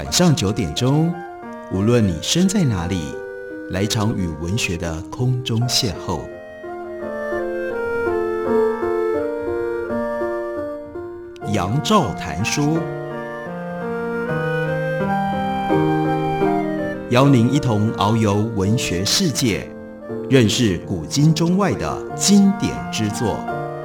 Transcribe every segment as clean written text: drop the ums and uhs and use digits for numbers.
晚上9点钟，无论你身在哪里，来一场与文学的空中邂逅。杨照谈书，邀您一同遨游文学世界，认识古今中外的经典之作。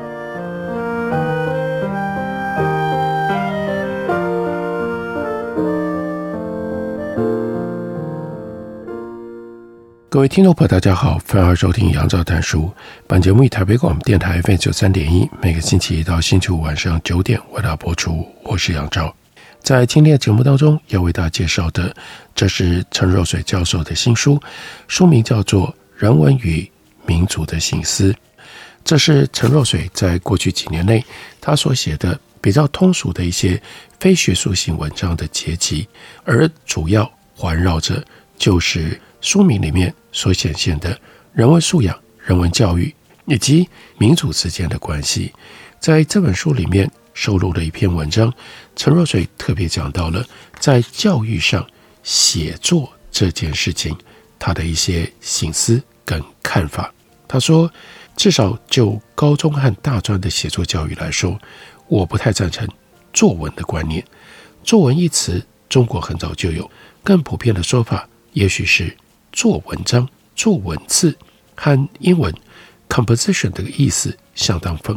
各位听众朋友大家好，欢迎收听杨照谈书。本节目以台北广播电台 FM93.1 每个星期一到星期五晚上9点为大家播出，我是杨照。在今天的节目当中要为大家介绍的，这是陈若水教授的新书，书名叫做《人文与民族的省思》。这是陈若水在过去几年内他所写的比较通俗的一些非学术性文章的结集，而主要环绕着就是书名里面所显现的人文素养、人文教育以及民族之间的关系。在这本书里面收录了一篇文章，陈若水特别讲到了在教育上写作这件事情他的一些省思跟看法。他说，至少就高中和大专的写作教育来说，我不太赞成作文的观念。作文一词中国很早就有，更普遍的说法也许是做文章、做文字，和英文 composition 的意思相当吻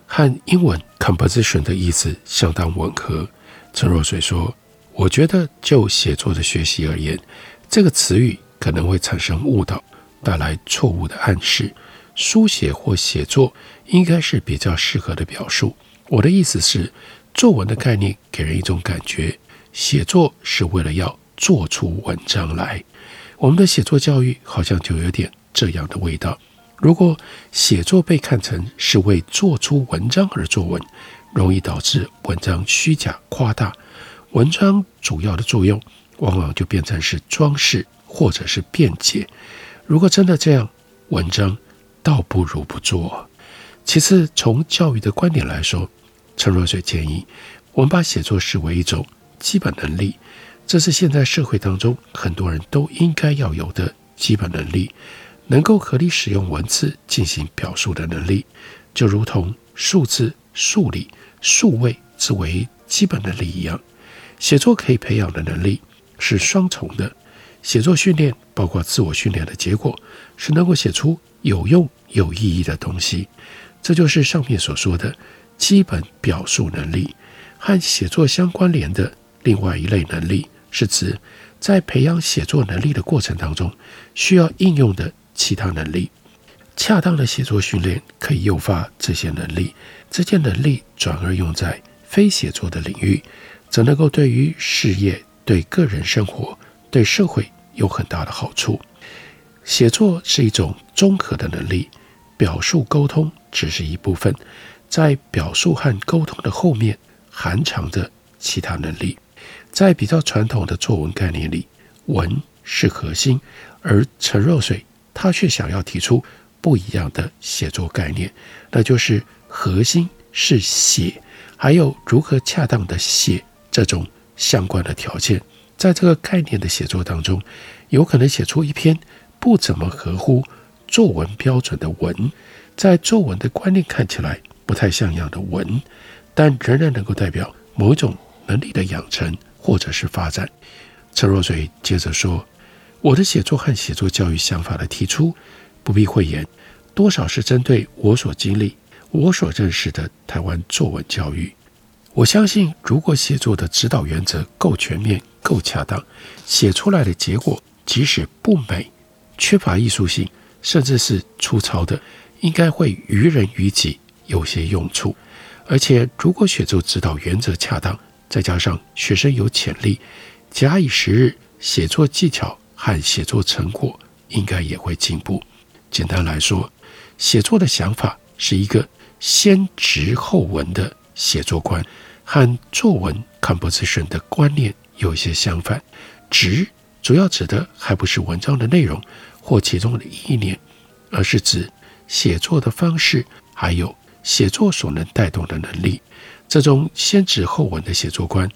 合。陈若水说，我觉得就写作的学习而言，这个词语可能会产生误导，带来错误的暗示。书写或写作应该是比较适合的表述。我的意思是，作文的概念给人一种感觉，写作是为了要做出文章来。我们的写作教育好像就有点这样的味道。如果写作被看成是为做出文章而作文，容易导致文章虚假夸大，文章主要的作用往往就变成是装饰或者是辩解。如果真的这样，文章倒不如不做。其次，从教育的观点来说，陈若水建议我们把写作视为一种基本能力，这是现在社会当中很多人都应该要有的基本能力，能够合理使用文字进行表述的能力，就如同数字、数理、数位之为基本能力一样。写作可以培养的能力是双重的，写作训练包括自我训练的结果，是能够写出有用有意义的东西。这就是上面所说的基本表述能力。和写作相关联的另外一类能力，是指在培养写作能力的过程当中需要应用的其他能力。恰当的写作训练可以诱发这些能力，这些能力转而用在非写作的领域，则能够对于事业、对个人生活、对社会有很大的好处。写作是一种综合的能力，表述沟通只是一部分，在表述和沟通的后面含藏着其他能力。在比较传统的作文概念里，文是核心，而陈若水他却想要提出不一样的写作概念，那就是核心是写，还有如何恰当的写这种相关的条件。在这个概念的写作当中，有可能写出一篇不怎么合乎作文标准的文，在作文的观念看起来不太像样的文，但仍然能够代表某一种能力的养成或者是发展。陈若水接着说，我的写作和写作教育想法的提出，不必讳言，多少是针对我所经历、我所认识的台湾作文教育。我相信，如果写作的指导原则够全面、够恰当，写出来的结果即使不美、缺乏艺术性，甚至是粗糙的，应该会于人于己有些用处。而且如果写作指导原则恰当，再加上学生有潜力，假以时日，写作技巧和写作成果应该也会进步。简单来说，写作的想法是一个先直后文的写作观，和作文 composition 的观念有一些相反。直主要指的还不是文章的内容或其中的意念，而是指写作的方式，还有写作所能带动的能力。这种先直后文的写作观，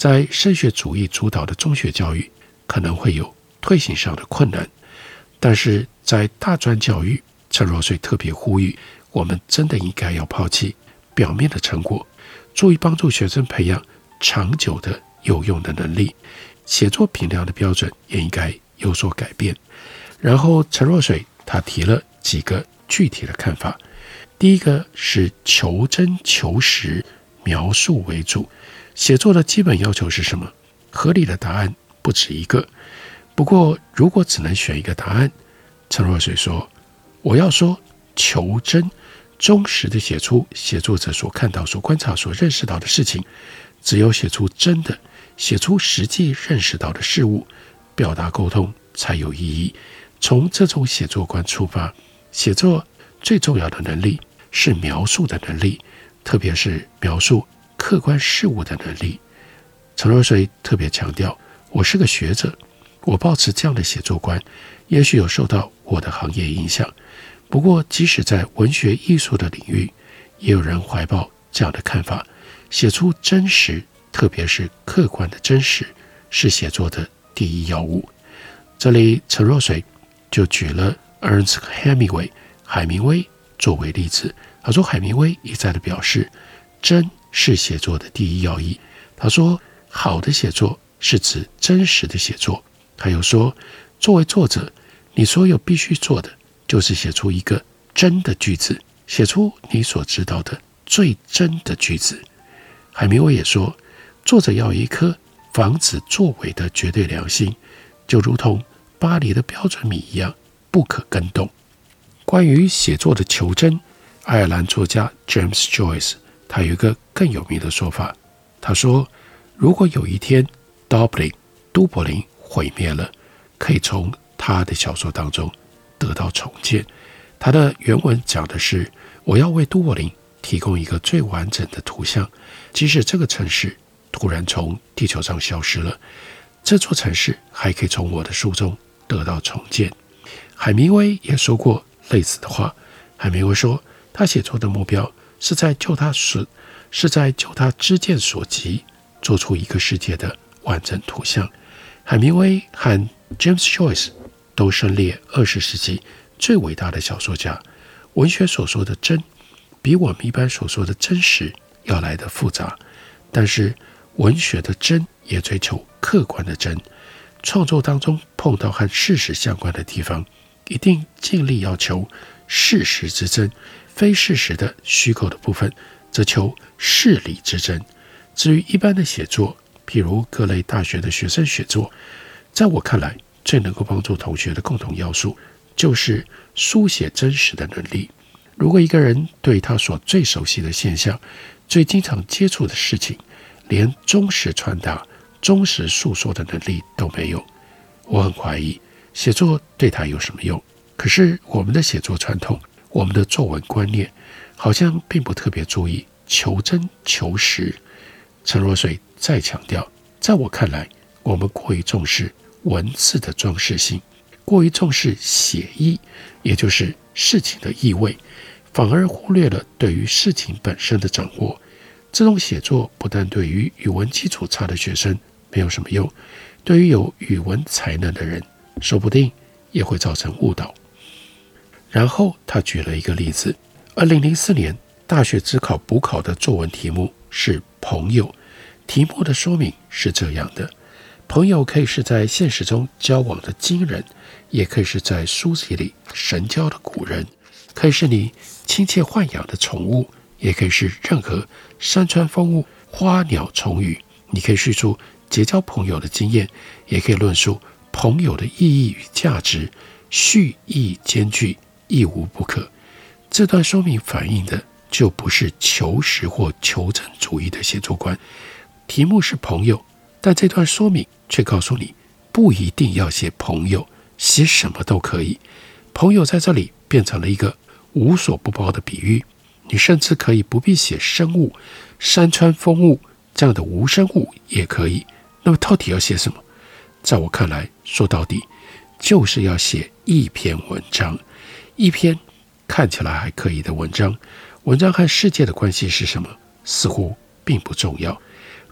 在升学主义主导的中学教育可能会有推行上的困难，但是在大专教育，陈若水特别呼吁，我们真的应该要抛弃表面的成果，注意帮助学生培养长久的有用的能力，写作评量的标准也应该有所改变。然后陈若水他提了几个具体的看法，第一个是求真求实，描述为主。写作的基本要求是什么？合理的答案不止一个。不过如果只能选一个答案，陈若水说，我要说求真，忠实的写出写作者所看到、所观察、所认识到的事情。只有写出真的，写出实际认识到的事物，表达沟通才有意义。从这种写作观出发，写作最重要的能力是描述的能力，特别是描述客观事物的能力。陈若水特别强调，我是个学者，我抱持这样的写作观，也许有受到我的行业影响。不过即使在文学艺术的领域，也有人怀抱这样的看法，写出真实，特别是客观的真实，是写作的第一要务。这里陈若水就举了 Ernest Hemingway 海明威作为例子。他说海明威一再的表示，真是写作的第一要义。他说好的写作是指真实的写作。他又说，作为作者，你所有必须做的就是写出一个真的句子，写出你所知道的最真的句子。海明威也说，作者要有一颗防止作伪的绝对良心，就如同巴黎的标准米一样不可更动。关于写作的求真，爱尔兰作家 James Joyce 他有一个更有名的说法。他说，如果有一天都柏林毁灭了，可以从他的小说当中得到重建。他的原文讲的是，我要为都柏林提供一个最完整的图像，即使这个城市突然从地球上消失了，这座城市还可以从我的书中得到重建。海明威也说过类似的话。海明威说，他写作的目标是在就他知见所及，做出一个世界的完整图像。海明威和 James Joyce 都身列20世纪最伟大的小说家。文学所说的真，比我们一般所说的真实要来得复杂，但是文学的真也追求客观的真。创作当中碰到和事实相关的地方，一定尽力要求事实之真，非事实的虚构的部分则求事理之真。至于一般的写作，譬如各类大学的学生写作，在我看来，最能够帮助同学的共同要素就是书写真实的能力。如果一个人对他所最熟悉的现象、最经常接触的事情，连忠实传达、忠实诉说的能力都没有，我很怀疑写作对他有什么用。可是我们的写作传统，我们的作文观念，好像并不特别注意求真求实。陈若水再强调，在我看来，我们过于重视文字的装饰性，过于重视写意，也就是事情的意味，反而忽略了对于事情本身的掌握。这种写作不但对于语文基础差的学生没有什么用，对于有语文才能的人，说不定也会造成误导。然后他举了一个例子，2004年大学指考补考的作文题目是朋友。题目的说明是这样的，朋友可以是在现实中交往的亲人，也可以是在书籍里神交的古人，可以是你亲切豢养的宠物，也可以是任何山川风物、花鸟虫鱼。你可以叙述结交朋友的经验，也可以论述朋友的意义与价值，叙意兼具，一无不可。这段说明反映的就不是求实或求真主义的写作观。题目是朋友，但这段说明却告诉你，不一定要写朋友，写什么都可以。朋友在这里变成了一个无所不包的比喻，你甚至可以不必写生物、山川风物这样的无生物也可以。那么到底要写什么？在我看来，说到底就是要写一篇文章，一篇看起来还可以的文章。文章和世界的关系是什么？似乎并不重要。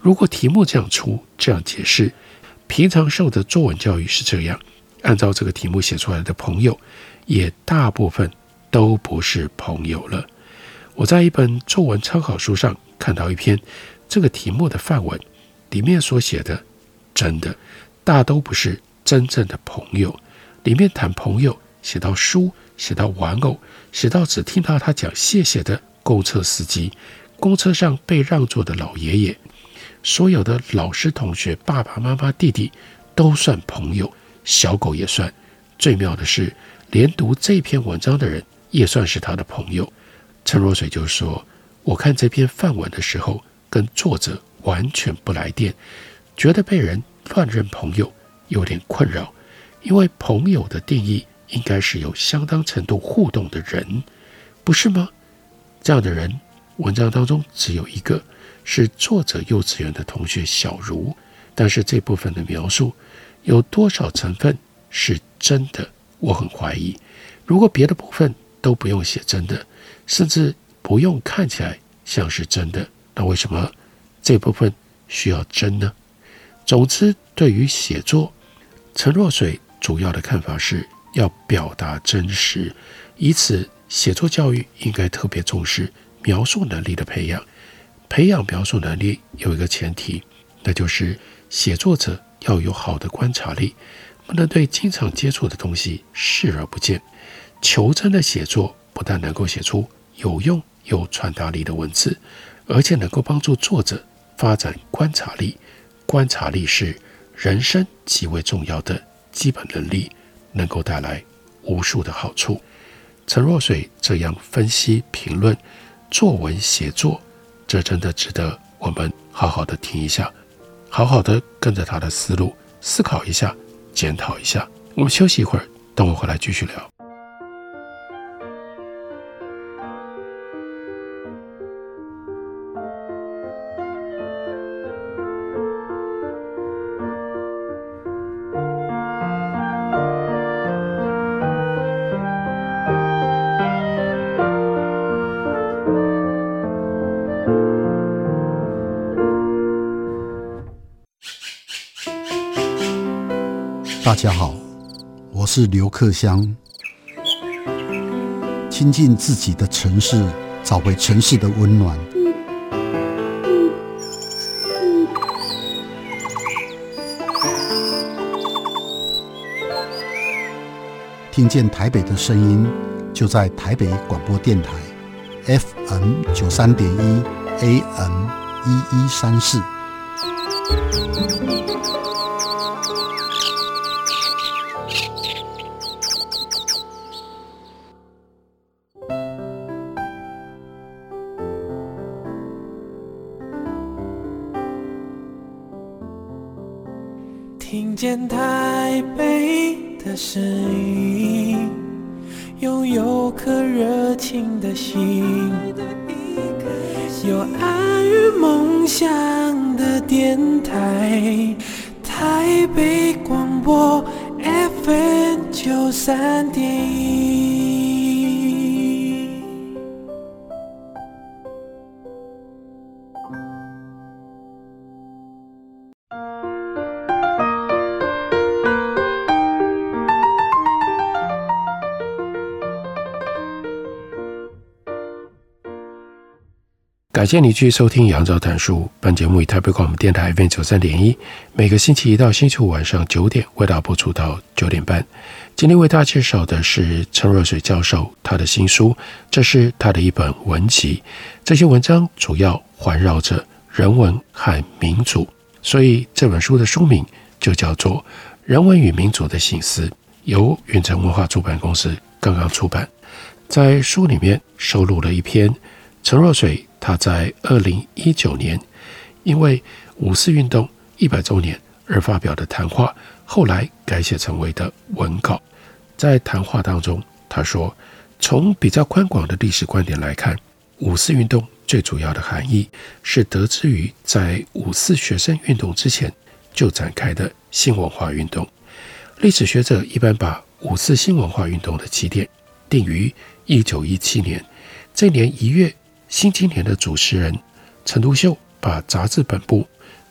如果题目这样出，这样解释，平常受的作文教育是这样，按照这个题目写出来的朋友，也大部分都不是朋友了。我在一本作文参考书上看到一篇这个题目的范文，里面所写的真的大都不是真正的朋友。里面谈朋友，写到书，写到玩偶，写到只听到他讲谢谢的公车司机，公车上被让座的老爷爷，所有的老师同学、爸爸妈妈、弟弟都算朋友，小狗也算。最妙的是，连读这篇文章的人也算是他的朋友。陈若水就说，我看这篇范文的时候，跟作者完全不来电，觉得被人乱认朋友有点困扰，因为朋友的定义应该是有相当程度互动的人，不是吗？这样的人，文章当中只有一个，是作者幼稚园的同学小茹，但是这部分的描述有多少成分是真的，我很怀疑。如果别的部分都不用写真的，甚至不用看起来像是真的，那为什么这部分需要真呢？总之，对于写作，陈若水主要的看法是要表达真实，以此写作教育应该特别重视描述能力的培养。培养描述能力有一个前提，那就是写作者要有好的观察力，不能对经常接触的东西视而不见。求真的写作不但能够写出有用有传达力的文字，而且能够帮助作者发展观察力。观察力是人生极为重要的基本能力，能够带来无数的好处。陈若水这样分析评论作文写作，这真的值得我们好好的听一下，好好的跟着他的思路思考一下，检讨一下。我们休息一会儿，等我回来继续聊。 大家好，我是刘克襄。亲近自己的城市，找回城市的温暖。听见台北的声音，就在台北广播电台 FM 93.1 AM 1134。 听见台北的声音，拥有颗热情的心，有爱与梦想的电台，台北广播 FM 93.1。 感谢你继续收听杨照谈书，本节目以台北广播电台 FM 93.1，每个星期一到星期五晚上9点为大家播出到9点半。今天为大家介绍的是陈若水教授他的新书，这是他的一本文集，这些文章主要环绕着人文和民主，所以这本书的书名就叫做《人文与民主的省思》，由云城文化出版公司刚刚出版。在书里面收录了一篇陈若水他在2019年因为五四运动100周年而发表的谈话，后来改写成为的文稿。在谈话当中，他说，从比较宽广的历史观点来看，五四运动最主要的含义是得知于在五四学生运动之前就展开的新文化运动。历史学者一般把五四新文化运动的起点定于1917年，这年1月，新青年的主持人陈独秀把杂志本部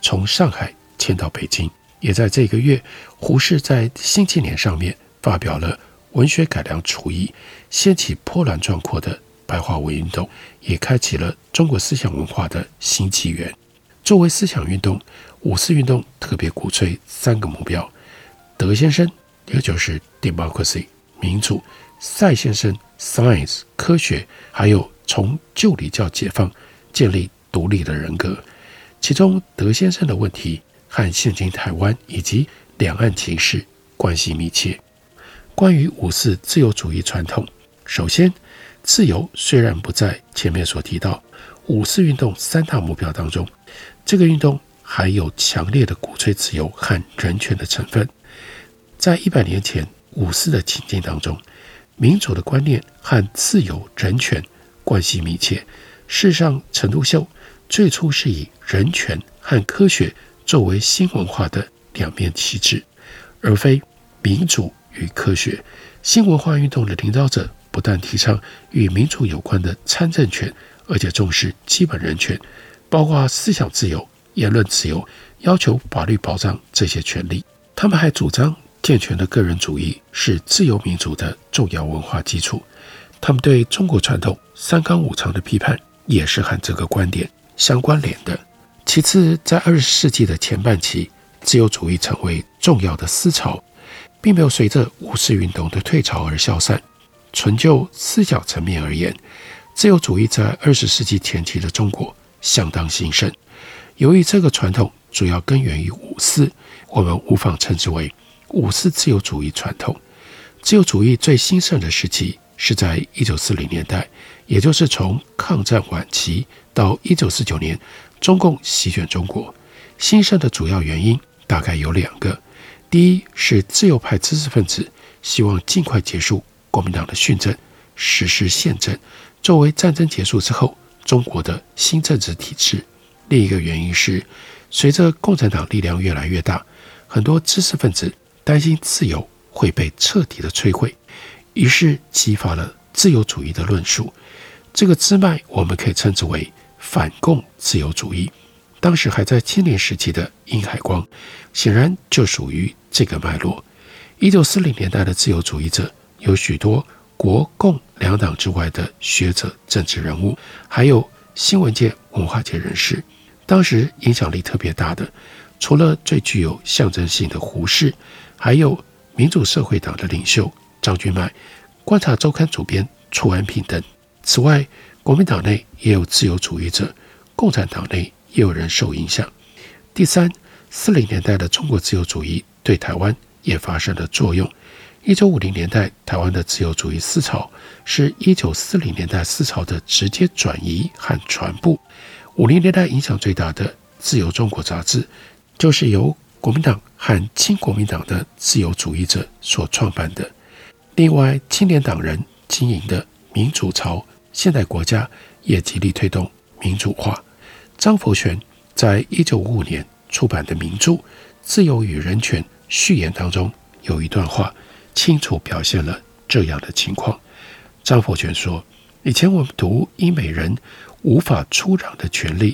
从上海迁到北京。也在这个月，胡适在《新青年》上面发表了文学改良刍议，掀起波澜壮阔的白话文运动，也开启了中国思想文化的新纪元。作为思想运动，五四运动特别鼓吹3个目标：德先生，也就是 democracy 民主；赛先生 science 科学，还有从旧礼教解放，建立独立的人格。其中德先生的问题和现今台湾以及两岸情势关系密切。关于五四自由主义传统，首先，自由虽然不在前面所提到五四运动3大目标当中，这个运动还有强烈的鼓吹自由和人权的成分。在100年前五四的情境当中，民主的观念和自由人权关系密切。事实上，陈独秀最初是以人权和科学作为新文化的两面旗帜，而非民主与科学。新文化运动的领导者不但提倡与民主有关的参政权，而且重视基本人权，包括思想自由、言论自由，要求法律保障这些权利。他们还主张健全的个人主义是自由民主的重要文化基础。他们对中国传统3纲5常的批判也是和这个观点相关联的。其次，在20世纪的前半期，自由主义成为重要的思潮，并没有随着五四运动的退潮而消散。纯就思想层面而言，自由主义在20世纪前期的中国相当兴盛。由于这个传统主要根源于五四，我们无妨称之为五四自由主义传统。自由主义最兴盛的时期是在1940年代，也就是从抗战晚期到1949年中共席卷中国。兴盛的主要原因大概有2个。第一是自由派知识分子希望尽快结束国民党的训政，实施宪政，作为战争结束之后中国的新政治体制。另一个原因是，随着共产党力量越来越大，很多知识分子担心自由会被彻底的摧毁，于是激发了自由主义的论述。这个支脉我们可以称之为反共自由主义。当时还在青年时期的殷海光显然就属于这个脉络。1940年代的自由主义者有许多国共两党之外的学者、政治人物，还有新闻界、文化界人士。当时影响力特别大的，除了最具有象征性的胡适，还有民主社会党的领袖张君迈、观察周刊主编楚安平等。此外，国民党内也有自由主义者，共产党内也有人受影响。第三，40年代的中国自由主义对台湾也发生了作用。1950年代台湾的自由主义思潮是1940年代思潮的直接转移和传播。50年代影响最大的自由中国杂志就是由国民党和亲国民党的自由主义者所创办的。另外，青年党人经营的民主潮现代国家也极力推动民主化。张佛泉在1955年出版的名著《自由与人权》序言当中有一段话，清楚表现了这样的情况。张佛泉说，以前我们读英美人无法出让的权利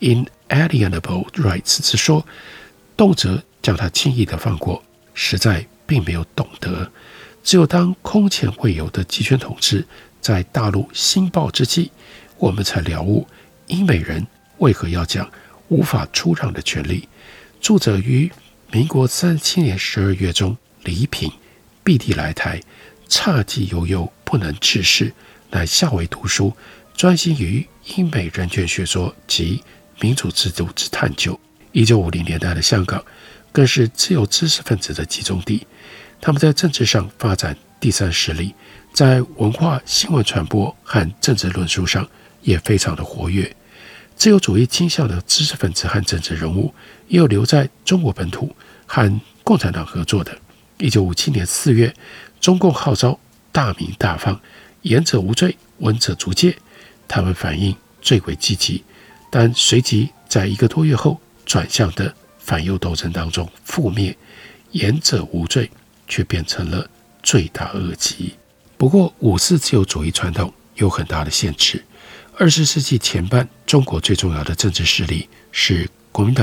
inalienable rights 之说，动辄将它轻易的放过，实在并没有懂得。只有当空前未有的集权统治在大陆兴暴之际，我们才了悟英美人为何要讲无法出让的权利。著者于民国37年12月中离平，避地来台，侘寂悠悠，不能治世，乃下为读书，专心于英美人权学说及民主制度之探究。1950年代的香港更是自由知识分子的集中地，他们在政治上发展第三势力，在文化、新闻传播和政治论述上也非常的活跃。自由主义倾向的知识分子和政治人物也有留在中国本土和共产党合作的。1957年4月，中共号召大鸣大放，言者无罪，闻者逐戒，他们反应最为积极，但随即在1个多月后转向的反右斗争当中覆灭，言者无罪却变成了罪大恶极。不过五四自由主义传统有很大的限制。20世纪前半，中国最重要的政治势力是国民党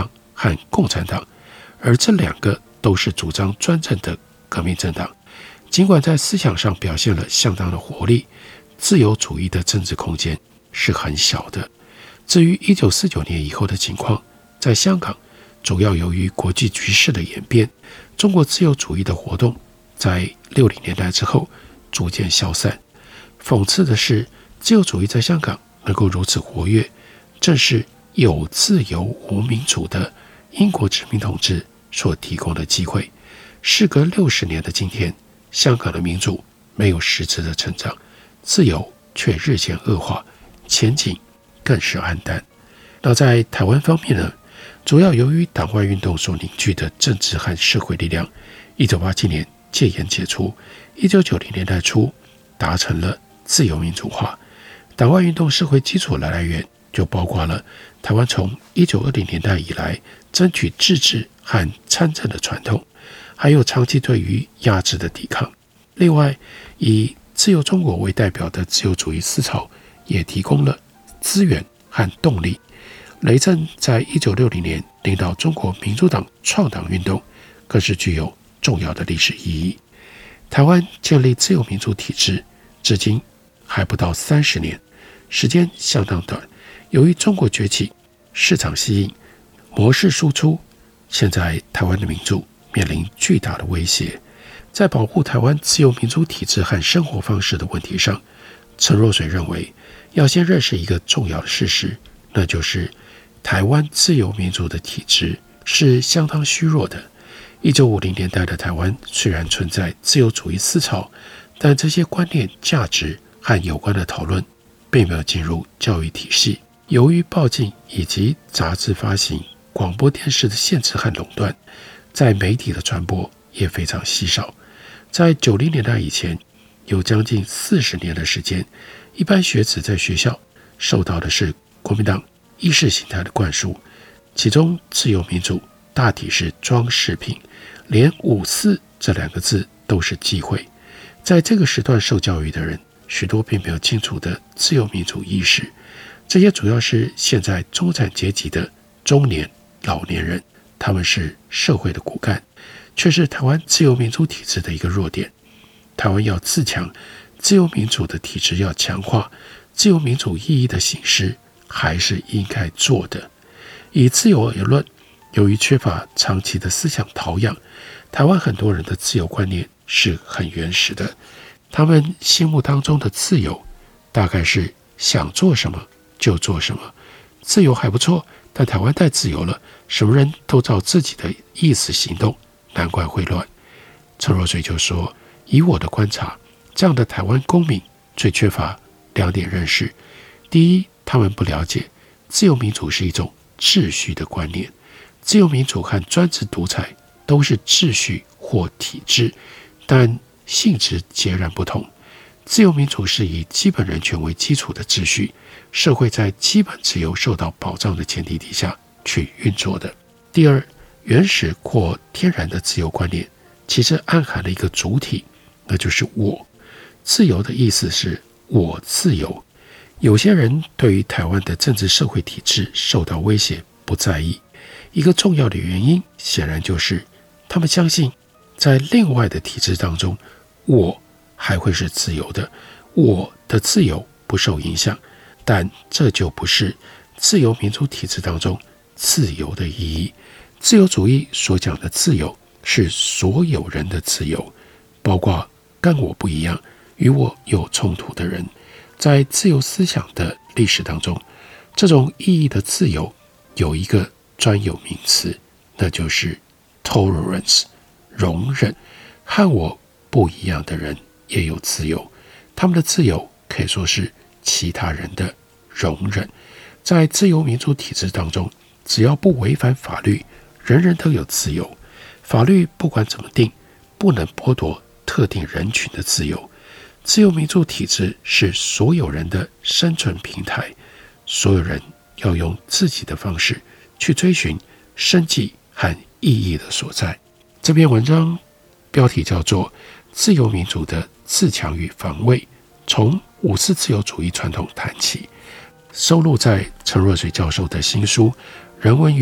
和共产党，而这两个都是主张专政的革命政党。尽管在思想上表现了相当的活力，自由主义的政治空间是很小的。至于1949年以后的情况，在香港主要由于国际局势的演变，中国自由主义的活动在60年代之后逐渐消散。讽刺的是，自由主义在香港能够如此活跃，正是有自由无民主的英国殖民统治所提供的机会。事隔60年的今天，香港的民主没有实质的成长，自由却日渐恶化，前景更是黯淡。那在台湾方面呢，主要由于党外运动所凝聚的政治和社会力量，1987年戒严解除，1990年代初达成了自由民主化。党外运动社会基础的来源就包括了台湾从1920年代以来争取自治和参政的传统，还有长期对于压制的抵抗。另外，以自由中国为代表的自由主义思潮也提供了资源和动力。雷震在1960年领导中国民主党创党运动，更是具有重要的历史意义。台湾建立自由民主体制至今还不到30年，时间相当短。由于中国崛起，市场吸引，模式输出，现在台湾的民主面临巨大的威胁。在保护台湾自由民主体制和生活方式的问题上，陈若水认为要先认识一个重要的事实，那就是台湾自由民主的体制是相当虚弱的。1950年代的台湾虽然存在自由主义思潮，但这些观念、价值和有关的讨论并没有进入教育体系。由于报禁以及杂志发行、广播电视的限制和垄断，在媒体的传播也非常稀少。在90年代以前，有将近40年的时间，一般学子在学校受到的是国民党意识形态的灌输，其中自由民主大体是装饰品，连5-4这2个字都是忌讳。在这个时段受教育的人，许多并没有清楚的自由民主意识，这些主要是现在中产阶级的中年老年人，他们是社会的骨干，却是台湾自由民主体制的一个弱点。台湾要自强，自由民主的体制要强化，自由民主意义的行使还是应该做的。以自由而论，由于缺乏长期的思想陶养，台湾很多人的自由观念是很原始的。他们心目当中的自由大概是想做什么就做什么，自由还不错，但台湾太自由了，什么人都照自己的意思行动，难怪会乱。陈若水就说，以我的观察，这样的台湾公民最缺乏2点认识。第一，他们不了解自由民主是一种秩序的观念，自由民主和专制独裁都是秩序或体制，但性质截然不同。自由民主是以基本人权为基础的秩序，社会在基本自由受到保障的前提底下去运作的。第二，原始或天然的自由观念其实暗含了一个主体，那就是我。自由的意思是我自由。有些人对于台湾的政治社会体制受到威胁不在意，一个重要的原因显然就是他们相信在另外的体制当中，我还会是自由的，我的自由不受影响。但这就不是自由民主体制当中自由的意义。自由主义所讲的自由是所有人的自由，包括跟我不一样、与我有冲突的人。在自由思想的历史当中，这种意义的自由有一个专有名词，那就是 tolerance， 容忍。和我不一样的人也有自由，他们的自由可以说是其他人的容忍。在自由民主体制当中，只要不违反法律，人人都有自由。法律不管怎么定，不能剥夺特定人群的自由。自由民主体制是所有人的生存平台，所有人要用自己的方式去追寻生计和意义的所在。这篇文章标题叫做《自由民主的自强与防卫：从5-4自由主义传统谈起》，收录在陈若水教授的新书《人文与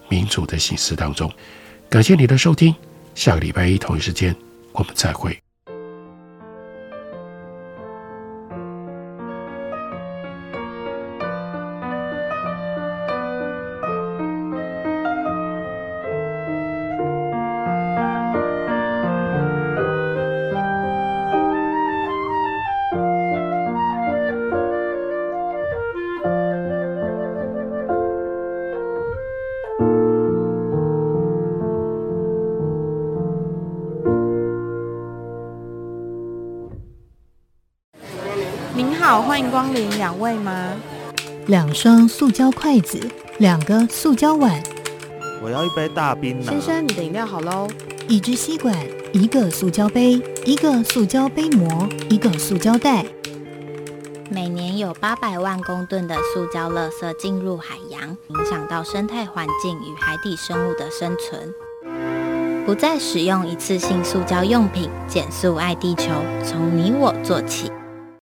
民主的形式当中。感谢你的收听，下个礼拜一同一时间我们再会。 您好，欢迎光临，2位吗 ？2双塑胶筷子，2个塑胶碗。 我要一杯大冰拿。 先生，你的饮料好喽。 1支吸管，1个塑胶杯，1个塑胶杯膜，1个塑胶袋。 每年有800万公吨的塑胶垃圾进入海洋，影响到生态环境与海底生物的生存。不再使用一次性塑胶用品，减塑爱地球，从你我做起。